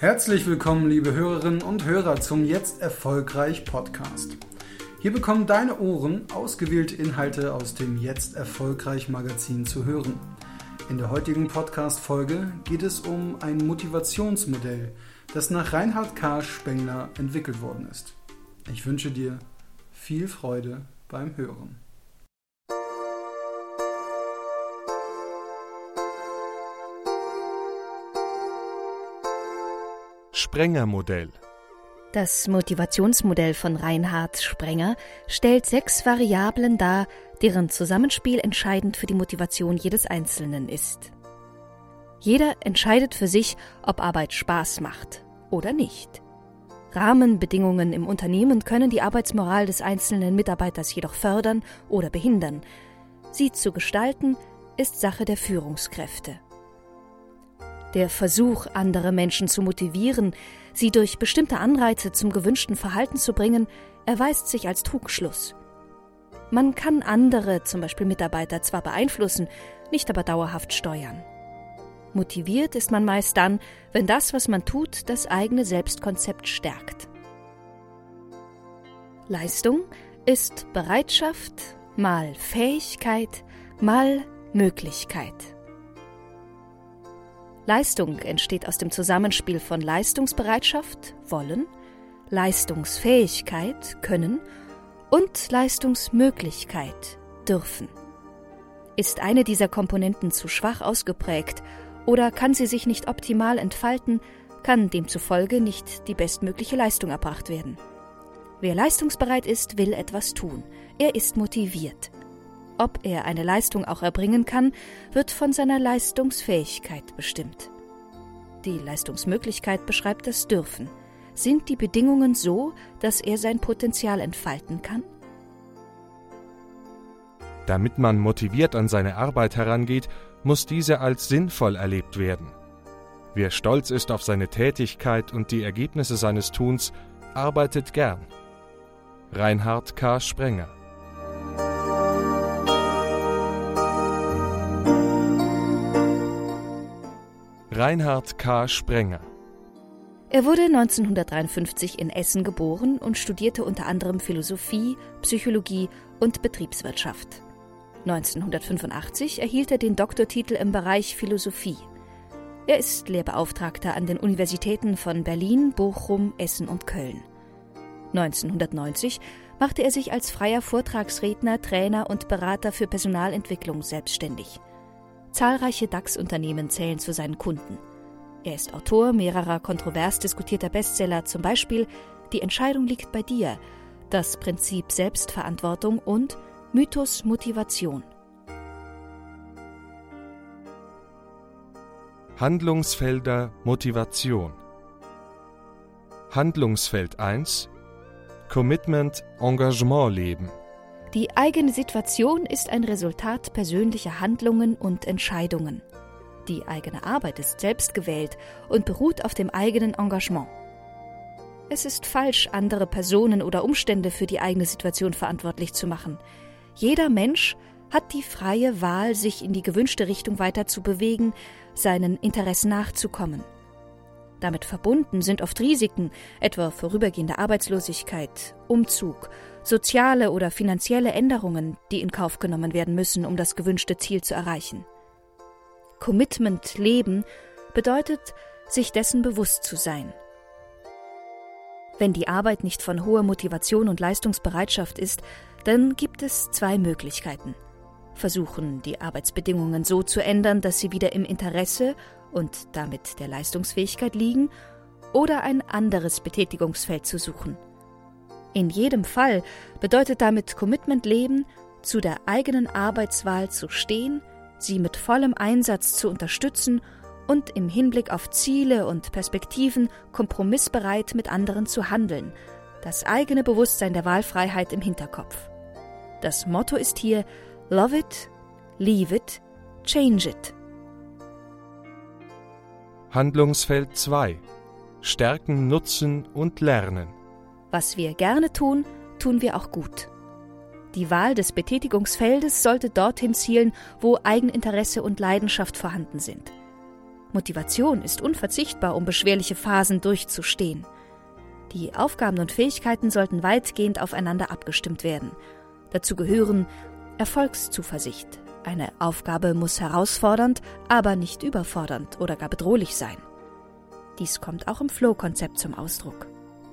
Herzlich willkommen, liebe Hörerinnen und Hörer, zum Jetzt Erfolgreich Podcast. Hier bekommen deine Ohren ausgewählte Inhalte aus dem Jetzt Erfolgreich Magazin zu hören. In der heutigen Podcast-Folge geht es um ein Motivationsmodell, das nach Reinhard K. Spengler entwickelt worden ist. Ich wünsche dir viel Freude beim Hören. Sprenger-Modell. Das Motivationsmodell von Reinhard Sprenger stellt 6 Variablen dar, deren Zusammenspiel entscheidend für die Motivation jedes Einzelnen ist. Jeder entscheidet für sich, ob Arbeit Spaß macht oder nicht. Rahmenbedingungen im Unternehmen können die Arbeitsmoral des einzelnen Mitarbeiters jedoch fördern oder behindern. Sie zu gestalten, ist Sache der Führungskräfte. Der Versuch, andere Menschen zu motivieren, sie durch bestimmte Anreize zum gewünschten Verhalten zu bringen, erweist sich als Trugschluss. Man kann andere, zum Beispiel Mitarbeiter, zwar beeinflussen, nicht aber dauerhaft steuern. Motiviert ist man meist dann, wenn das, was man tut, das eigene Selbstkonzept stärkt. Leistung ist Bereitschaft mal Fähigkeit mal Möglichkeit. Leistung entsteht aus dem Zusammenspiel von Leistungsbereitschaft, Wollen, Leistungsfähigkeit, Können und Leistungsmöglichkeit, Dürfen. Ist eine dieser Komponenten zu schwach ausgeprägt oder kann sie sich nicht optimal entfalten, kann demzufolge nicht die bestmögliche Leistung erbracht werden. Wer leistungsbereit ist, will etwas tun. Er ist motiviert. Ob er eine Leistung auch erbringen kann, wird von seiner Leistungsfähigkeit bestimmt. Die Leistungsmöglichkeit beschreibt das Dürfen. Sind die Bedingungen so, dass er sein Potenzial entfalten kann? Damit man motiviert an seine Arbeit herangeht, muss diese als sinnvoll erlebt werden. Wer stolz ist auf seine Tätigkeit und die Ergebnisse seines Tuns, arbeitet gern. Reinhard K. Sprenger. Reinhard K. Sprenger. Er wurde 1953 in Essen geboren und studierte unter anderem Philosophie, Psychologie und Betriebswirtschaft. 1985 erhielt er den Doktortitel im Bereich Philosophie. Er ist Lehrbeauftragter an den Universitäten von Berlin, Bochum, Essen und Köln. 1990 machte er sich als freier Vortragsredner, Trainer und Berater für Personalentwicklung selbstständig. Zahlreiche DAX-Unternehmen zählen zu seinen Kunden. Er ist Autor mehrerer kontrovers diskutierter Bestseller, zum Beispiel »Die Entscheidung liegt bei dir«, »Das Prinzip Selbstverantwortung« und »Mythos Motivation«. Handlungsfelder Motivation. Handlungsfeld 1: Commitment, Engagement leben. Die eigene Situation ist ein Resultat persönlicher Handlungen und Entscheidungen. Die eigene Arbeit ist selbst gewählt und beruht auf dem eigenen Engagement. Es ist falsch, andere Personen oder Umstände für die eigene Situation verantwortlich zu machen. Jeder Mensch hat die freie Wahl, sich in die gewünschte Richtung weiter zu bewegen, seinen Interessen nachzukommen. Damit verbunden sind oft Risiken, etwa vorübergehende Arbeitslosigkeit, Umzug, soziale oder finanzielle Änderungen, die in Kauf genommen werden müssen, um das gewünschte Ziel zu erreichen. Commitment leben bedeutet, sich dessen bewusst zu sein. Wenn die Arbeit nicht von hoher Motivation und Leistungsbereitschaft ist, dann gibt es 2 Möglichkeiten. Versuchen, die Arbeitsbedingungen so zu ändern, dass sie wieder im Interesse und damit der Leistungsfähigkeit liegen, oder ein anderes Betätigungsfeld zu suchen. In jedem Fall bedeutet damit Commitment leben, zu der eigenen Arbeitswahl zu stehen, sie mit vollem Einsatz zu unterstützen und im Hinblick auf Ziele und Perspektiven kompromissbereit mit anderen zu handeln, das eigene Bewusstsein der Wahlfreiheit im Hinterkopf. Das Motto ist hier Love it, leave it, change it. Handlungsfeld 2: Stärken, nutzen und lernen. Was wir gerne tun, tun wir auch gut. Die Wahl des Betätigungsfeldes sollte dorthin zielen, wo Eigeninteresse und Leidenschaft vorhanden sind. Motivation ist unverzichtbar, um beschwerliche Phasen durchzustehen. Die Aufgaben und Fähigkeiten sollten weitgehend aufeinander abgestimmt werden. Dazu gehören Erfolgszuversicht. Eine Aufgabe muss herausfordernd, aber nicht überfordernd oder gar bedrohlich sein. Dies kommt auch im Flow-Konzept zum Ausdruck.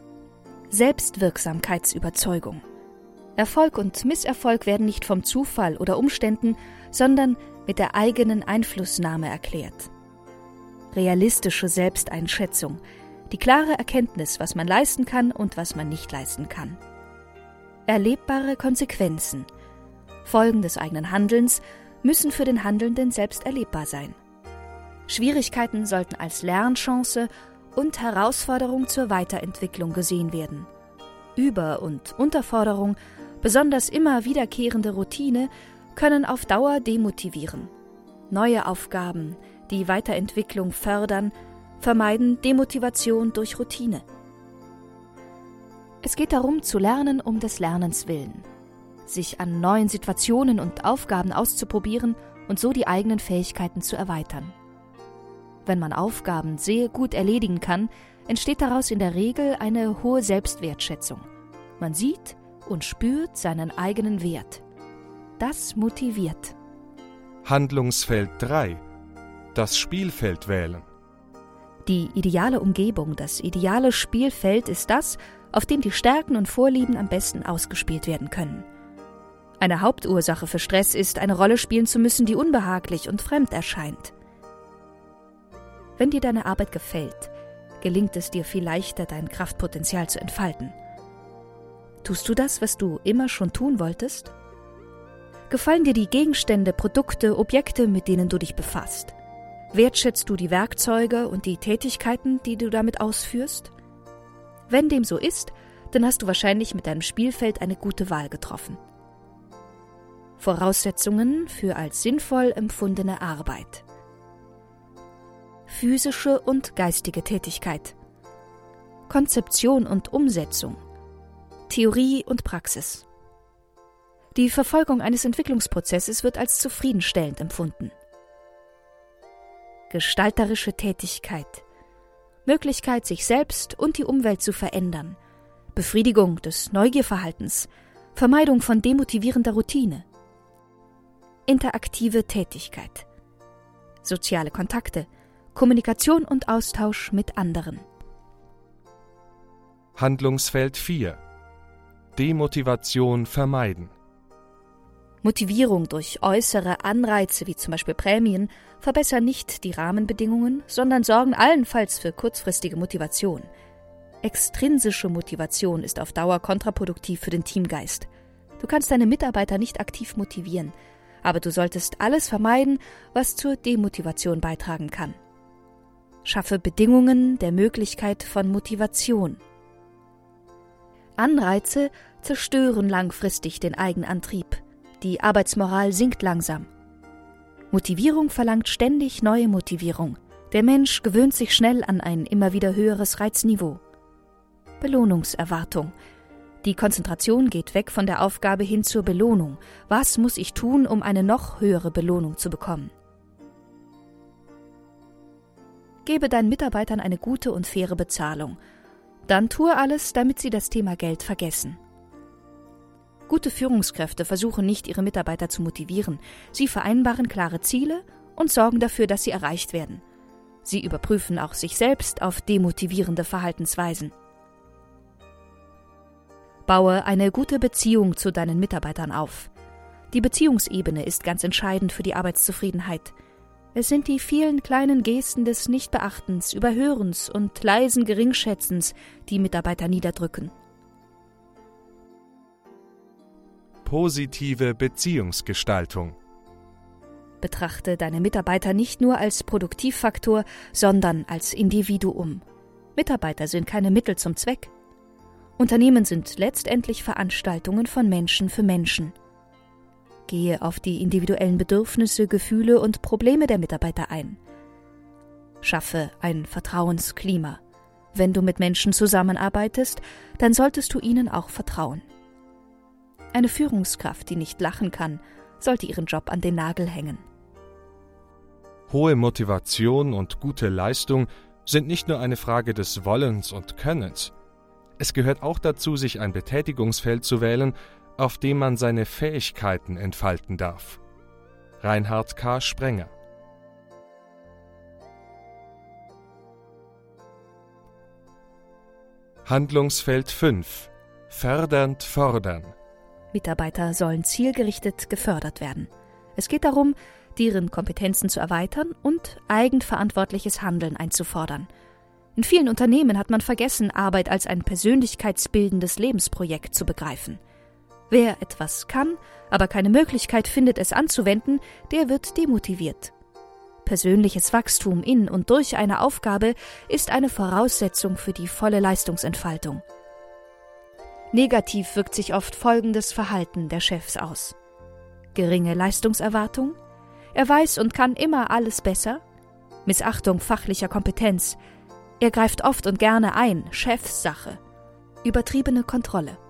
Selbstwirksamkeitsüberzeugung. Erfolg und Misserfolg werden nicht vom Zufall oder Umständen, sondern mit der eigenen Einflussnahme erklärt. Realistische Selbsteinschätzung. Die klare Erkenntnis, was man leisten kann und was man nicht leisten kann. Erlebbare Konsequenzen. Folgen des eigenen Handelns müssen für den Handelnden selbst erlebbar sein. Schwierigkeiten sollten als Lernchance und Herausforderung zur Weiterentwicklung gesehen werden. Über- und Unterforderung, besonders immer wiederkehrende Routine, können auf Dauer demotivieren. Neue Aufgaben, die Weiterentwicklung fördern, vermeiden Demotivation durch Routine. Es geht darum, zu lernen um des Lernens willen, sich an neuen Situationen und Aufgaben auszuprobieren und so die eigenen Fähigkeiten zu erweitern. Wenn man Aufgaben sehr gut erledigen kann, entsteht daraus in der Regel eine hohe Selbstwertschätzung. Man sieht und spürt seinen eigenen Wert. Das motiviert. Handlungsfeld 3. Das Spielfeld wählen. Die ideale Umgebung, das ideale Spielfeld ist das, auf dem die Stärken und Vorlieben am besten ausgespielt werden können. Eine Hauptursache für Stress ist, eine Rolle spielen zu müssen, die unbehaglich und fremd erscheint. Wenn dir deine Arbeit gefällt, gelingt es dir viel leichter, dein Kraftpotenzial zu entfalten. Tust du das, was du immer schon tun wolltest? Gefallen dir die Gegenstände, Produkte, Objekte, mit denen du dich befasst? Wertschätzt du die Werkzeuge und die Tätigkeiten, die du damit ausführst? Wenn dem so ist, dann hast du wahrscheinlich mit deinem Spielfeld eine gute Wahl getroffen. Voraussetzungen für als sinnvoll empfundene Arbeit. Physische und geistige Tätigkeit. Konzeption und Umsetzung. Theorie und Praxis. Die Verfolgung eines Entwicklungsprozesses wird als zufriedenstellend empfunden. Gestalterische Tätigkeit. Möglichkeit, sich selbst und die Umwelt zu verändern. Befriedigung des Neugierverhaltens. Vermeidung von demotivierender Routine. Interaktive Tätigkeit. Soziale Kontakte. Kommunikation und Austausch mit anderen. Handlungsfeld 4. Demotivation vermeiden. Motivierung durch äußere Anreize wie zum Beispiel Prämien verbessern nicht die Rahmenbedingungen, sondern sorgen allenfalls für kurzfristige Motivation. Extrinsische Motivation ist auf Dauer kontraproduktiv für den Teamgeist. Du kannst deine Mitarbeiter nicht aktiv motivieren, aber du solltest alles vermeiden, was zur Demotivation beitragen kann. Schaffe Bedingungen der Möglichkeit von Motivation. Anreize zerstören langfristig den Eigenantrieb. Die Arbeitsmoral sinkt langsam. Motivierung verlangt ständig neue Motivierung. Der Mensch gewöhnt sich schnell an ein immer wieder höheres Reizniveau. Belohnungserwartung. Die Konzentration geht weg von der Aufgabe hin zur Belohnung. Was muss ich tun, um eine noch höhere Belohnung zu bekommen? Gebe deinen Mitarbeitern eine gute und faire Bezahlung. Dann tue alles, damit sie das Thema Geld vergessen. Gute Führungskräfte versuchen nicht, ihre Mitarbeiter zu motivieren. Sie vereinbaren klare Ziele und sorgen dafür, dass sie erreicht werden. Sie überprüfen auch sich selbst auf demotivierende Verhaltensweisen. Baue eine gute Beziehung zu deinen Mitarbeitern auf. Die Beziehungsebene ist ganz entscheidend für die Arbeitszufriedenheit. Es sind die vielen kleinen Gesten des Nichtbeachtens, Überhörens und leisen Geringschätzens, die Mitarbeiter niederdrücken. Positive Beziehungsgestaltung. Betrachte deine Mitarbeiter nicht nur als Produktivfaktor, sondern als Individuum. Mitarbeiter sind keine Mittel zum Zweck. Unternehmen sind letztendlich Veranstaltungen von Menschen für Menschen. Gehe auf die individuellen Bedürfnisse, Gefühle und Probleme der Mitarbeiter ein. Schaffe ein Vertrauensklima. Wenn du mit Menschen zusammenarbeitest, dann solltest du ihnen auch vertrauen. Eine Führungskraft, die nicht lachen kann, sollte ihren Job an den Nagel hängen. Hohe Motivation und gute Leistung sind nicht nur eine Frage des Wollens und Könnens. Es gehört auch dazu, sich ein Betätigungsfeld zu wählen, auf dem man seine Fähigkeiten entfalten darf. Reinhard K. Sprenger. Handlungsfeld 5. Fördernd fordern. Mitarbeiter sollen zielgerichtet gefördert werden. Es geht darum, deren Kompetenzen zu erweitern und eigenverantwortliches Handeln einzufordern. In vielen Unternehmen hat man vergessen, Arbeit als ein persönlichkeitsbildendes Lebensprojekt zu begreifen. Wer etwas kann, aber keine Möglichkeit findet, es anzuwenden, der wird demotiviert. Persönliches Wachstum in und durch eine Aufgabe ist eine Voraussetzung für die volle Leistungsentfaltung. Negativ wirkt sich oft folgendes Verhalten der Chefs aus: geringe Leistungserwartung, er weiß und kann immer alles besser, Missachtung fachlicher Kompetenz, er greift oft und gerne ein, Chefsache, übertriebene Kontrolle.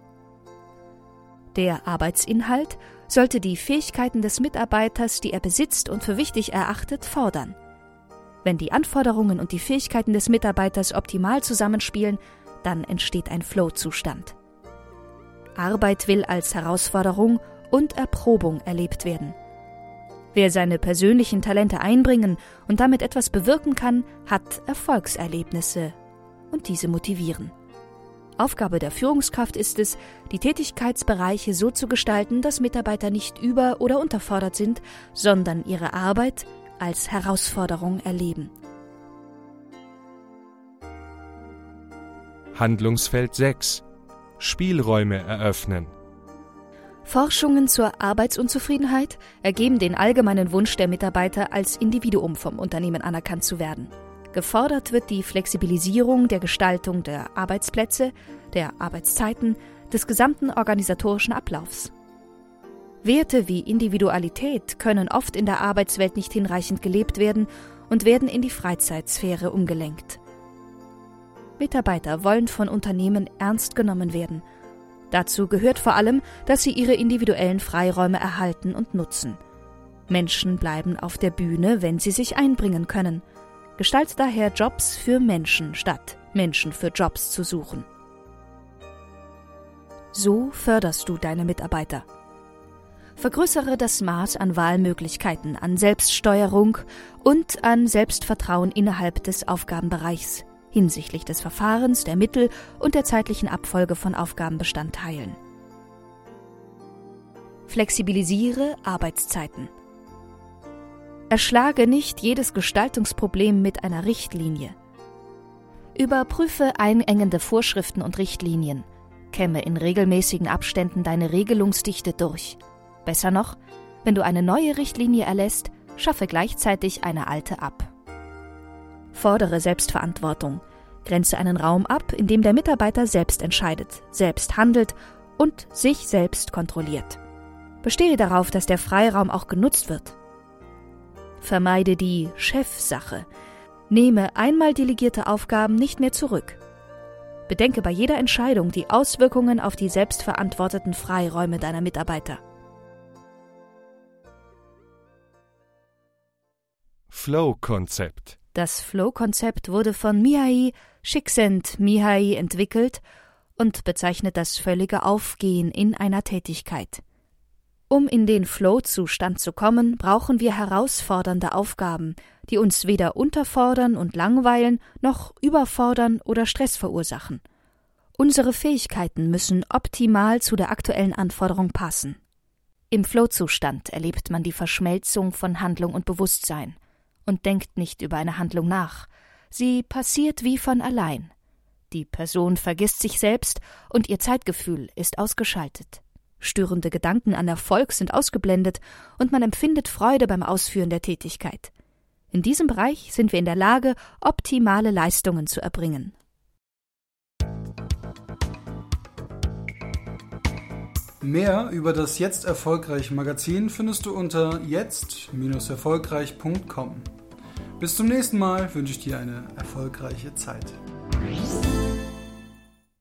Der Arbeitsinhalt sollte die Fähigkeiten des Mitarbeiters, die er besitzt und für wichtig erachtet, fordern. Wenn die Anforderungen und die Fähigkeiten des Mitarbeiters optimal zusammenspielen, dann entsteht ein Flow-Zustand. Arbeit will als Herausforderung und Erprobung erlebt werden. Wer seine persönlichen Talente einbringen und damit etwas bewirken kann, hat Erfolgserlebnisse und diese motivieren. Aufgabe der Führungskraft ist es, die Tätigkeitsbereiche so zu gestalten, dass Mitarbeiter nicht über- oder unterfordert sind, sondern ihre Arbeit als Herausforderung erleben. Handlungsfeld 6. Spielräume eröffnen. Forschungen zur Arbeitsunzufriedenheit ergeben den allgemeinen Wunsch der Mitarbeiter, als Individuum vom Unternehmen anerkannt zu werden. Gefordert wird die Flexibilisierung der Gestaltung der Arbeitsplätze, der Arbeitszeiten, des gesamten organisatorischen Ablaufs. Werte wie Individualität können oft in der Arbeitswelt nicht hinreichend gelebt werden und werden in die Freizeitsphäre umgelenkt. Mitarbeiter wollen von Unternehmen ernst genommen werden. Dazu gehört vor allem, dass sie ihre individuellen Freiräume erhalten und nutzen. Menschen bleiben auf der Bühne, wenn sie sich einbringen können. Gestalte daher Jobs für Menschen, statt Menschen für Jobs zu suchen. So förderst du deine Mitarbeiter. Vergrößere das Maß an Wahlmöglichkeiten, an Selbststeuerung und an Selbstvertrauen innerhalb des Aufgabenbereichs hinsichtlich des Verfahrens, der Mittel und der zeitlichen Abfolge von Aufgabenbestandteilen. Flexibilisiere Arbeitszeiten. Erschlage nicht jedes Gestaltungsproblem mit einer Richtlinie. Überprüfe einengende Vorschriften und Richtlinien. Kämme in regelmäßigen Abständen deine Regelungsdichte durch. Besser noch, wenn du eine neue Richtlinie erlässt, schaffe gleichzeitig eine alte ab. Fordere Selbstverantwortung. Grenze einen Raum ab, in dem der Mitarbeiter selbst entscheidet, selbst handelt und sich selbst kontrolliert. Bestehe darauf, dass der Freiraum auch genutzt wird. Vermeide die Chefsache. Nehme einmal delegierte Aufgaben nicht mehr zurück. Bedenke bei jeder Entscheidung die Auswirkungen auf die selbstverantworteten Freiräume deiner Mitarbeiter. Flow-Konzept. Das Flow-Konzept wurde von Mihai Csikszentmihalyi entwickelt und bezeichnet das völlige Aufgehen in einer Tätigkeit. Um in den Flow-Zustand zu kommen, brauchen wir herausfordernde Aufgaben, die uns weder unterfordern und langweilen, noch überfordern oder Stress verursachen. Unsere Fähigkeiten müssen optimal zu der aktuellen Anforderung passen. Im Flow-Zustand erlebt man die Verschmelzung von Handlung und Bewusstsein und denkt nicht über eine Handlung nach. Sie passiert wie von allein. Die Person vergisst sich selbst und ihr Zeitgefühl ist ausgeschaltet. Störende Gedanken an Erfolg sind ausgeblendet und man empfindet Freude beim Ausführen der Tätigkeit. In diesem Bereich sind wir in der Lage, optimale Leistungen zu erbringen. Mehr über das Jetzt Erfolgreich Magazin findest du unter jetzt-erfolgreich.com. Bis zum nächsten Mal wünsche ich dir eine erfolgreiche Zeit.